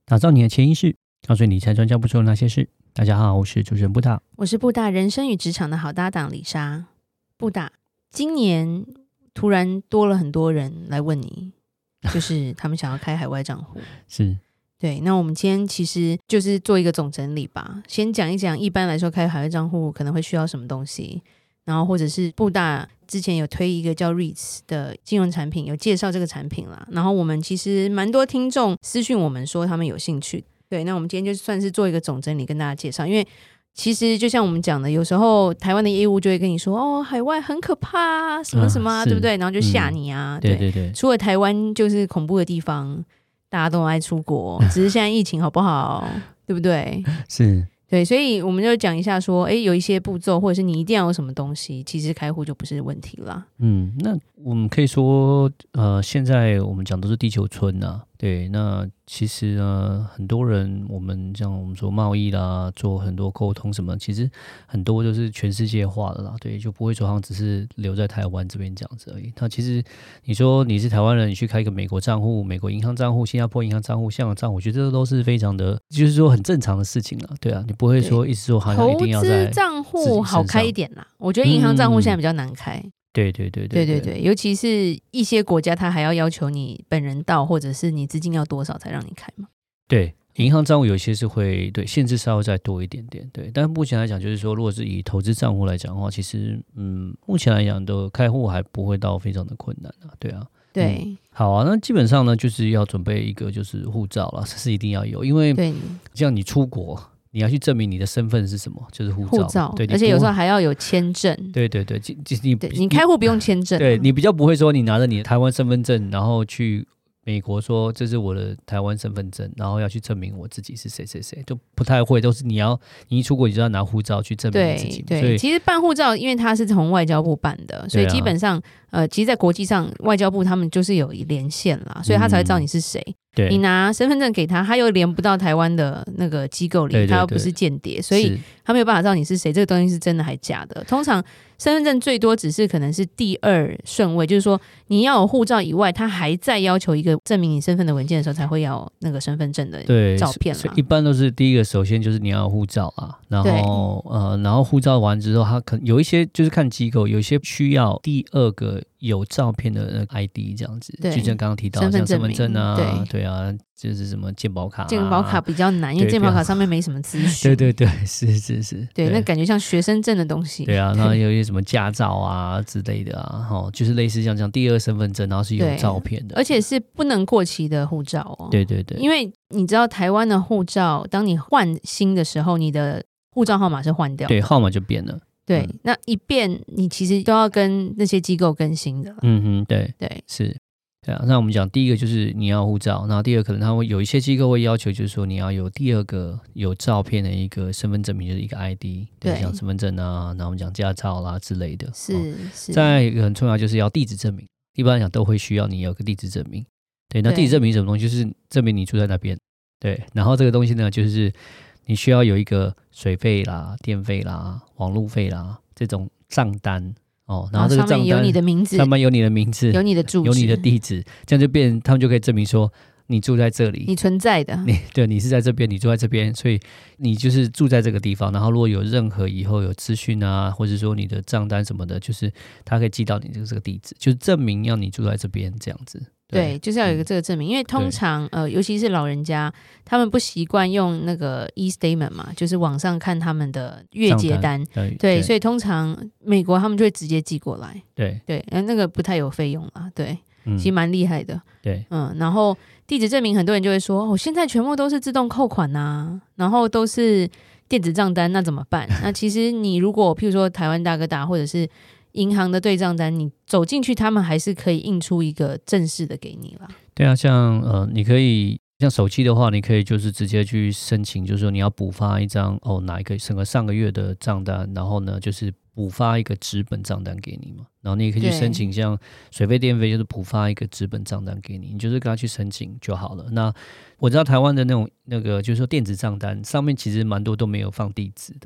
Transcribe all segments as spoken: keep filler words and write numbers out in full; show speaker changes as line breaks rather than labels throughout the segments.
打造你的潜意识，告诉你理财专家不说的那些事。大家好，我是主持人布大，
我是布大人生与职场的好搭档李莎。布大，今年突然多了很多人来问你，就是他们想要开海外账户。
是，
对，那我们今天其实就是做一个总整理吧，先讲一讲一般来说开海外账户可能会需要什么东西，然后或者是布大之前有推一个叫 R E I T S 的金融产品，有介绍这个产品啦，然后我们其实蛮多听众私讯我们说他们有兴趣。对，那我们今天就算是做一个总整理跟大家介绍，因为其实就像我们讲的，有时候台湾的业务就会跟你说哦，海外很可怕啊，什么什么啊，
啊
对不对？然后就吓你啊、
嗯、
对
对对对，
除了台湾就是恐怖的地方，大家都爱出国，只是现在疫情好不好对不对？
是，
对，所以我们就讲一下说，哎，有一些步骤或者是你一定要有什么东西，其实开户就不是问题啦。
嗯，那我们可以说呃，现在我们讲都是地球村啊，对，那其实呢，很多人我们像我们说贸易啦，做很多沟通什么，其实很多就是全世界化的啦，对，就不会说好像只是留在台湾这边这样子而已。那其实你说你是台湾人，你去开一个美国账户、美国银行账户、新加坡银行账户、香港账户，我觉得这都是非常的，就是说很正常的事情了，对啊，你不会说一直说好像一定要在
投资账户好开一点啦，我觉得银行账户现在比较难开。嗯
对对对对
对对对，尤其是一些国家，它还要要求你本人到，或者是你资金要多少才让你开嘛。
对，银行账户有些是会对限制稍微再多一点点，对。但目前来讲，就是说，如果是以投资账户来讲的话，其实嗯，目前来讲的开户还不会到非常的困难啊，对啊。
对、
嗯，好啊，那基本上呢，就是要准备一个就是护照啦，这是一定要有，因为像你出国。你要去证明你的身份是什么，就是护照。
护照，
对，
而且有时候还要有签证。
对对对，你
对你开户不用签证、啊。
对，你比较不会说你拿着你的台湾身份证，然后去美国说这是我的台湾身份证，然后要去证明我自己是谁谁谁，就不太会。都是你要你一出国你就要拿护照去证明你自己。
对对，其实办护照因为它是从外交部办的，所以基本上、啊、呃，其实，在国际上外交部他们就是有连线啦，所以他才会知道你是谁。嗯
对，
你拿身份证给他，他又连不到台湾的那个机构里，对对对，他又不是间谍，所以他没有办法知道你是谁，这个东西是真的还假的。通常身份证最多只是可能是第二顺位，就是说你要有护照以外，他还在要求一个证明你身份的文件的时候，才会要那个身份证的照片啦。
所以一般都是第一个，首先就是你要有护照啊，然后呃，然后护照完之后，他可能有一些就是看机构，有一些需要第二个有照片的那个 I D 这样子，就像刚刚提到像身份证啊，对对啊，就是什么健保卡、啊，
健保卡比较难，因为健保卡上面没什么资讯。
对对对，是是是，
对，那感觉像学生证的东西。
对啊，然后有一些什么驾照啊之类的啊，齁，就是类似像这样第二身份证，然后是有照片的，
而且是不能过期的护照哦。
对对对，
因为你知道台湾的护照，当你换新的时候，你的护照号码是换掉的，
对，号码就变了。
对、嗯，那一变你其实都要跟那些机构更新的。
嗯哼，对
对
是。对啊，那我们讲第一个就是你要护照，然后第二个可能他会有一些机构会要求，就是说你要有第二个有照片的一个身份证明，就是一个 I D， 对，像身份证啊，然后我们讲驾照啦之类的。
是、哦、是。
再一个很重要就是要地址证明，一般来讲都会需要你有个地址证明。对，那地址证明什么东西？就是证明你住在那边。对，然后这个东西呢，就是你需要有一个水费啦、电费啦、网路费啦这种账单。哦，然后这个账单
上面有你的名字，
上面有你的名字，
有你的住址，
有你的地址，这样就变，他们就可以证明说你住在这里，
你存在的，
你对，你是在这边，你住在这边，所以你就是住在这个地方。然后如果有任何以后有资讯啊，或者说你的账单什么的，就是他可以寄到你这个这个地址，就是证明要你住在这边这样子。
对，就是要有一个这个证明，因为通常呃，尤其是老人家，他们不习惯用那个 e-statement 嘛，就是网上看他们的月结单，
对，
对，所以通常美国他们就会直接寄过来，
对
对，那个不太有费用啦，对，
嗯、
其实蛮厉害的，
对，
嗯，然后地址证明，很多人就会说，哦，现在全部都是自动扣款啊，然后都是电子账单，那怎么办？那其实你如果譬如说台湾大哥大或者是银行的对账单，你走进去他们还是可以印出一个正式的给你啦。
对啊，像呃你可以像手机的话，你可以就是直接去申请，就是说你要补发一张哦哪一个整个上个月的账单，然后呢就是补发一个纸本账单给你嘛，然后你也可以去申请像水费电费，就是补发一个纸本账单给你，你就是跟他去申请就好了。那我知道台湾的那种那个就是说电子账单上面其实蛮多都没有放地址的了。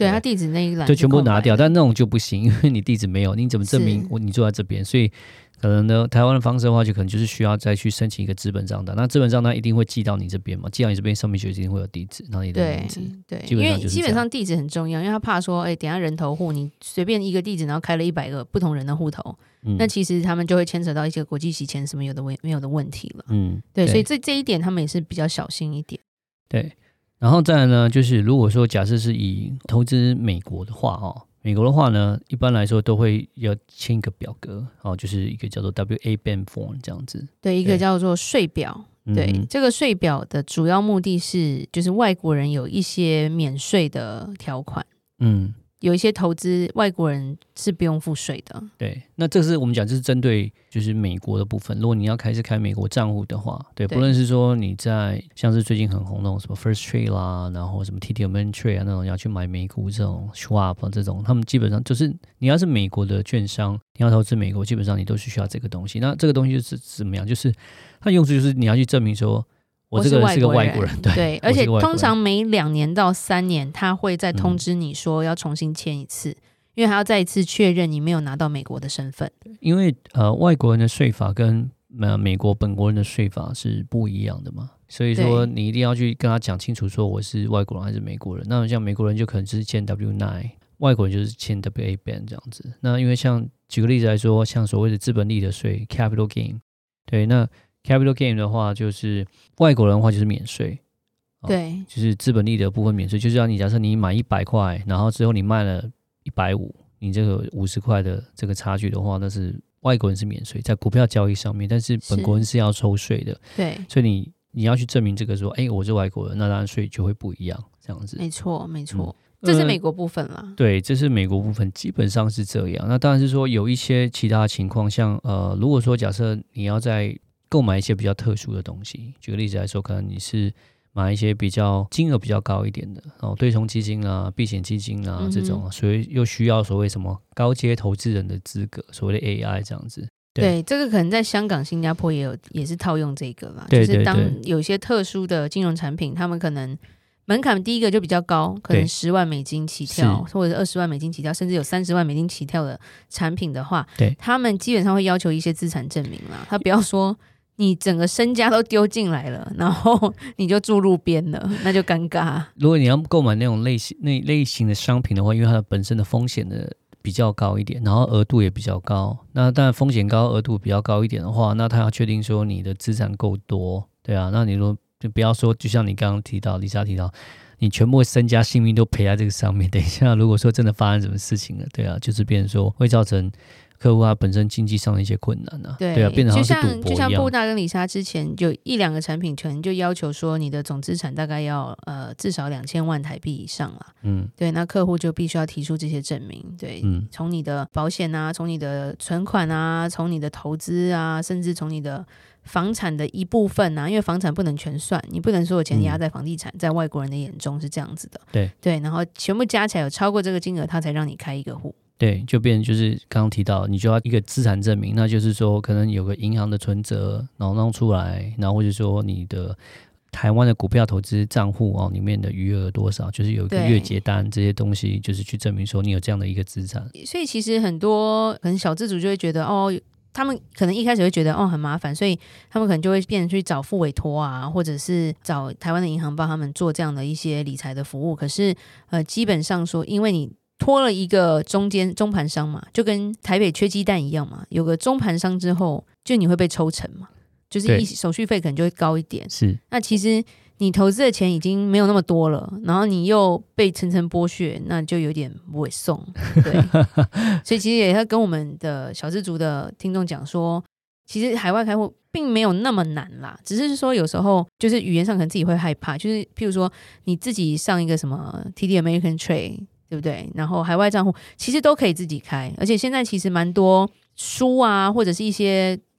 对，他地址那一栏
就全部拿掉，但那种就不行，因为你地址没有，你怎么证明我你住在这边？所以可能呢，台湾的方式的话，就可能就是需要再去申请一个资本账单，那资本账单一定会寄到你这边嘛，寄到你这边上面就一定会有地址，然后你的名字，
对对，因为基本上地址很重要，因为他怕说，哎，等一下人头户你随便一个地址，然后开了一百个不同人的户头。嗯、那其实他们就会牵扯到一些国际洗钱什么有的没有的问题了，嗯，对，对所以这这一点他们也是比较小心一点。
对，然后再来呢，就是如果说假设是以投资美国的话，哦，美国的话呢，一般来说都会要签一个表格，哦，就是一个叫做 W A B A N Form 这样子，
对，一个叫做税表。对、嗯，这个税表的主要目的是，就是外国人有一些免税的条款，嗯。有一些投资外国人是不用付税的。
对，那这是我们讲，这是针对就是美国的部分。如果你要开始开美国账户的话，对，对不论是说你在像是最近很红那种什么 First Trade 啦，然后什么 T D Ameritrade 啊那种要去买美股这种 Schwab 这种，他们基本上就是你要是美国的券商，你要投资美国，基本上你都是需要这个东西。那这个东西就是怎么样？就是它用处就是你要去证明说。我这个人是个外国人，对，
对而且通常每两年到三年，他会再通知你说要重新签一次，嗯、因为他要再一次确认你没有拿到美国的身份。
因为呃，外国人的税法跟呃美国本国人的税法是不一样的嘛，所以说你一定要去跟他讲清楚，说我是外国人还是美国人。那像美国人就可能就是签 W 九， 外国人就是签 W A B A N 这样子。那因为像举个例子来说，像所谓的资本利得税 Capital Gain， 对，那Capital Gain 的话，就是外国人的话就是免税，
对、
哦，就是资本利得部分免税，就是要你假设你买一百块，然后之后你卖了一百五，你这个五十块的这个差距的话，那是外国人是免税，在股票交易上面，但是本国人是要抽税的，
对，
所以你你要去证明这个说，哎，我是外国人，那当然税就会不一样，这样子，
没错，没错。嗯这是美国部分啦、呃，
对，这是美国部分，基本上是这样。那当然是说有一些其他情况，像呃，如果说假设你要在购买一些比较特殊的东西，举个例子来说，可能你是买一些比较金额比较高一点的哦，对冲基金啦、避险基金啦、嗯、这种，所以又需要所谓什么高阶投资人的资格，所谓的 A I 这样子。
对, 对，这个可能在香港、新加坡也有，也是套用这个啦。
对对对，
就是当有一些特殊的金融产品，他们可能门槛第一个就比较高，可能十万美金起跳，或者二十万美金起跳，甚至有三十万美金起跳的产品的话，
对，
他们基本上会要求一些资产证明啦。他不要说你整个身家都丢进来了，然后你就住路边了，那就尴尬。
如果你要购买那种类型那类型的商品的话，因为它的本身的风险的比较高一点，然后额度也比较高，那当然风险高额度比较高一点的话，那他要确定说你的资产够多，对啊，那你说就不要说就像你刚刚提到丽莎提到你全部身家性命都赔在这个上面，等一下如果说真的发生什么事情了，对啊，就是变成说会造成客户他本身经济上的一些困难啊，
对,
对啊，变得好像是赌博一样。
就像就像布大跟李莎之前就一两个产品可能就要求说你的总资产大概要呃至少两千万台币以上啦，嗯，对，那客户就必须要提出这些证明，对，嗯，从你的保险啊，从你的存款啊，从你的投资啊，甚至从你的房产的一部分啊，因为房产不能全算，你不能所有钱压在房地产，嗯、在外国人的眼中是这样子的，
对
对，然后全部加起来有超过这个金额，他才让你开一个户。
对，就变成就是刚刚提到，你就要一个资产证明，那就是说可能有个银行的存折，然后弄出来，然后或者说你的台湾的股票投资账户哦里面的余额多少，就是有一个月结单这些东西，就是去证明说你有这样的一个资产。
所以其实很多可能小资主就会觉得哦，他们可能一开始会觉得哦很麻烦，所以他们可能就会变成去找副委托啊，或者是找台湾的银行帮他们做这样的一些理财的服务。可是呃，基本上说，因为你拖了一个中间中盘商嘛，就跟台北缺鸡蛋一样嘛，有个中盘商之后，就你会被抽成嘛，就是一手续费可能就会高一点。
是，
那其实你投资的钱已经没有那么多了，然后你又被层层剥削，那就有点不会送。对，所以其实也要跟我们的小资族的听众讲说，其实海外开户并没有那么难啦，只是说有时候就是语言上可能自己会害怕，就是譬如说你自己上一个什么 T D Ameritrade。对不对？然后海外账户其实都可以自己开，而且现在其实蛮多书啊，或者是一些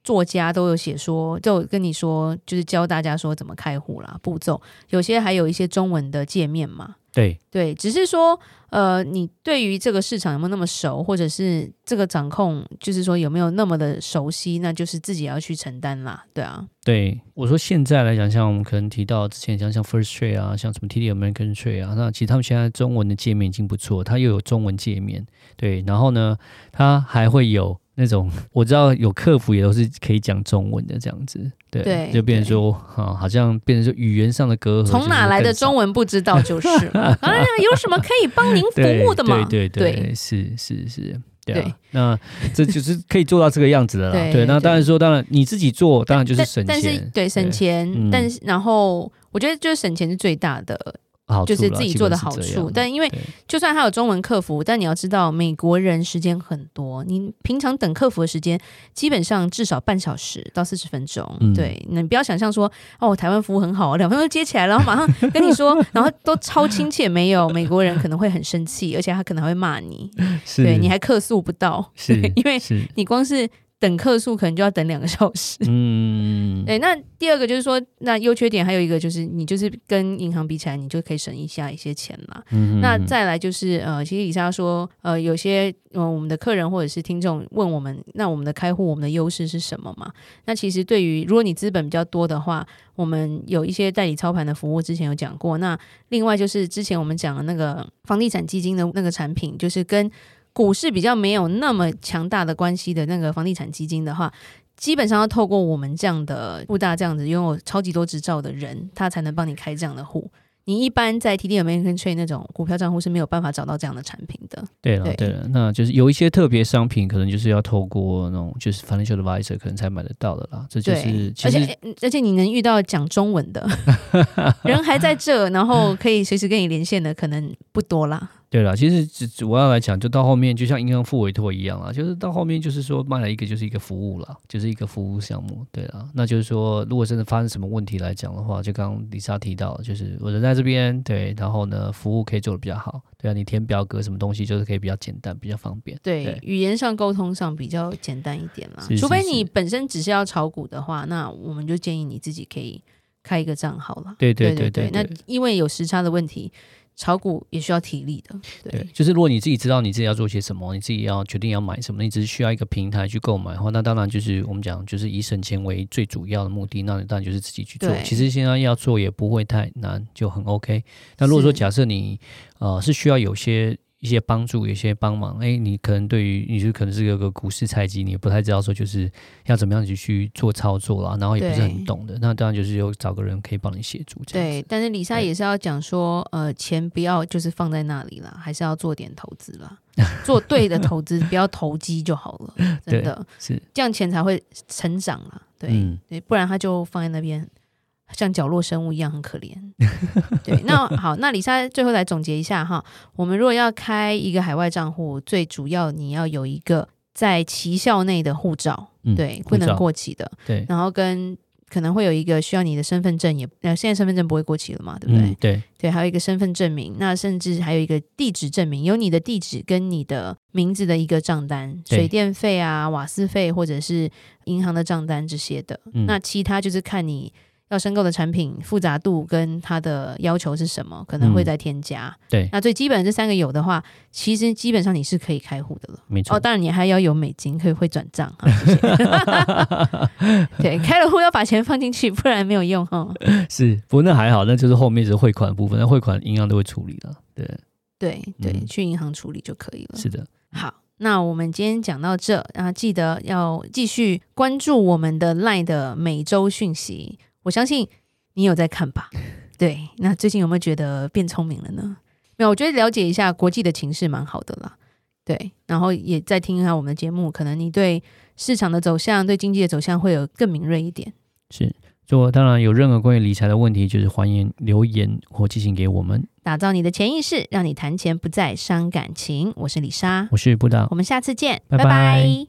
作家都有写说，就有跟你说，就是教大家说怎么开户啦，步骤，有些还有一些中文的界面嘛。
对
对，只是说，呃，你对于这个市场有没有那么熟，或者是这个掌控，就是说有没有那么的熟悉，那就是自己要去承担啦，对啊。
对，我说现在来讲，像我们可能提到之前像像 First Trade 啊，像什么 T D American Trade 啊，那其实他们现在中文的界面已经不错，它又有中文界面，对，然后呢，它还会有那种我知道有客服也都是可以讲中文的这样子，对，
对
就变成说啊，好像变成说语言上的隔阂，
从哪来的中文不知道就是了。哎呀，有什么可以帮您服务的吗？
对对 对, 对, 对，是是是。对啊，对，那这就是可以做到这个样子的啦。对, 对，那当然说，当然你自己做，当然就是省钱。
但是对省钱，嗯、但是然后我觉得就是省钱是最大的。就是自己做的好处，但因为就算他有中文客服，但你要知道美国人时间很多，你平常等客服的时间基本上至少半小时到四十分钟、嗯、对，你不要想象说哦台湾服务很好，两分钟接起来然后马上跟你说然后都超亲切，没有，美国人可能会很生气，而且他可能会骂你，对，你还客诉不到，因为你光是等客诉可能就要等两个小时。嗯，对。那第二个就是说，那优缺点还有一个就是，你就是跟银行比起来，你就可以省一下一些钱啦。嗯，那再来就是呃，其实李莎说，呃，有些呃我们的客人或者是听众问我们，那我们的开户我们的优势是什么嘛？那其实对于如果你资本比较多的话，我们有一些代理操盘的服务，之前有讲过。那另外就是之前我们讲的那个房地产基金的那个产品，就是跟股市比较没有那么强大的关系的那个房地产基金的话，基本上要透过我们这样的布大这样子拥有超级多执照的人，他才能帮你开这样的户。你一般在 T D American Trade 那种股票账户是没有办法找到这样的产品的。
对了，对了，那就是有一些特别商品，可能就是要透过那种就是 financial advisor 可能才买得到的啦。这就是其实
而且而且你能遇到讲中文的人还在这，然后可以随时跟你连线的，可能不多啦。
对啦，其实主要来讲，就到后面就像银行付委托一样啦，就是到后面就是说卖了一个就是一个服务啦，就是一个服务项目，对啦。那就是说，如果真的发生什么问题来讲的话，就刚刚李莎提到，就是我人在这边，对，然后呢，服务可以做得比较好，对啊，你填表格什么东西就是可以比较简单，比较方便。
对，对语言上沟通上比较简单一点啦，是是是，除非你本身只是要炒股的话，那我们就建议你自己可以开一个账号啦。
对对对 对, 对, 对, 对，
那因为有时差的问题。炒股也需要体力的。 对,
对，就是如果你自己知道你自己要做些什么，你自己要决定要买什么，你只是需要一个平台去购买的话，那当然就是我们讲就是以省钱为最主要的目的，那你当然就是自己去做，其实现在要做也不会太难，就很 OK。 那如果说假设你呃是需要有些一些帮助，有些帮忙，哎，你可能对于你就可能是有个股市菜鸡，你也不太知道说就是要怎么样去做操作啦，然后也不是很懂的，那当然就是有找个人可以帮你协助这样子。
对，但是李莎也是要讲说，呃，钱不要就是放在那里啦，还是要做点投资啦，做对的投资，不要投机就好了，真的
是
这样钱才会成长啦。对、嗯、对，不然他就放在那边。像角落生物一样很可怜。对，那好，那李莎最后来总结一下哈，我们如果要开一个海外账户，最主要你要有一个在期效内的护照，嗯、对，不能过期的，
对，
然后跟可能会有一个需要你的身份证也，呃，现在身份证不会过期了嘛，对不对？
嗯、对
对，还有一个身份证明，那甚至还有一个地址证明，有你的地址跟你的名字的一个账单，水电费啊、瓦斯费或者是银行的账单这些的，嗯、那其他就是看你要申购的产品复杂度跟它的要求是什么，可能会再添加。
嗯、对，
那最基本的这三个有的话，其实基本上你是可以开户的了。
没错。
哦，当然你还要有美金，可以会转账哈。谢谢对，开了户要把钱放进去，不然没有用哈。
是，不过那还好，那就是后面是汇款的部分，那汇款银行都会处理了。对，
对对、嗯，去银行处理就可以了。
是的。
好。那我们今天讲到这，啊，记得要继续关注我们的 LINE 的每周讯息。我相信你有在看吧？对，那最近有没有觉得变聪明了呢？没有，我觉得了解一下国际的情势蛮好的啦。对，然后也再听一下我们的节目，可能你对市场的走向、对经济的走向会有更敏锐一点。
是，所以当然有任何关于理财的问题，就是欢迎留言或寄信给我们。
打造你的潜意识，让你谈钱不再伤感情。我是李莎，
我是布达，
我们下次见，
拜拜。
拜拜。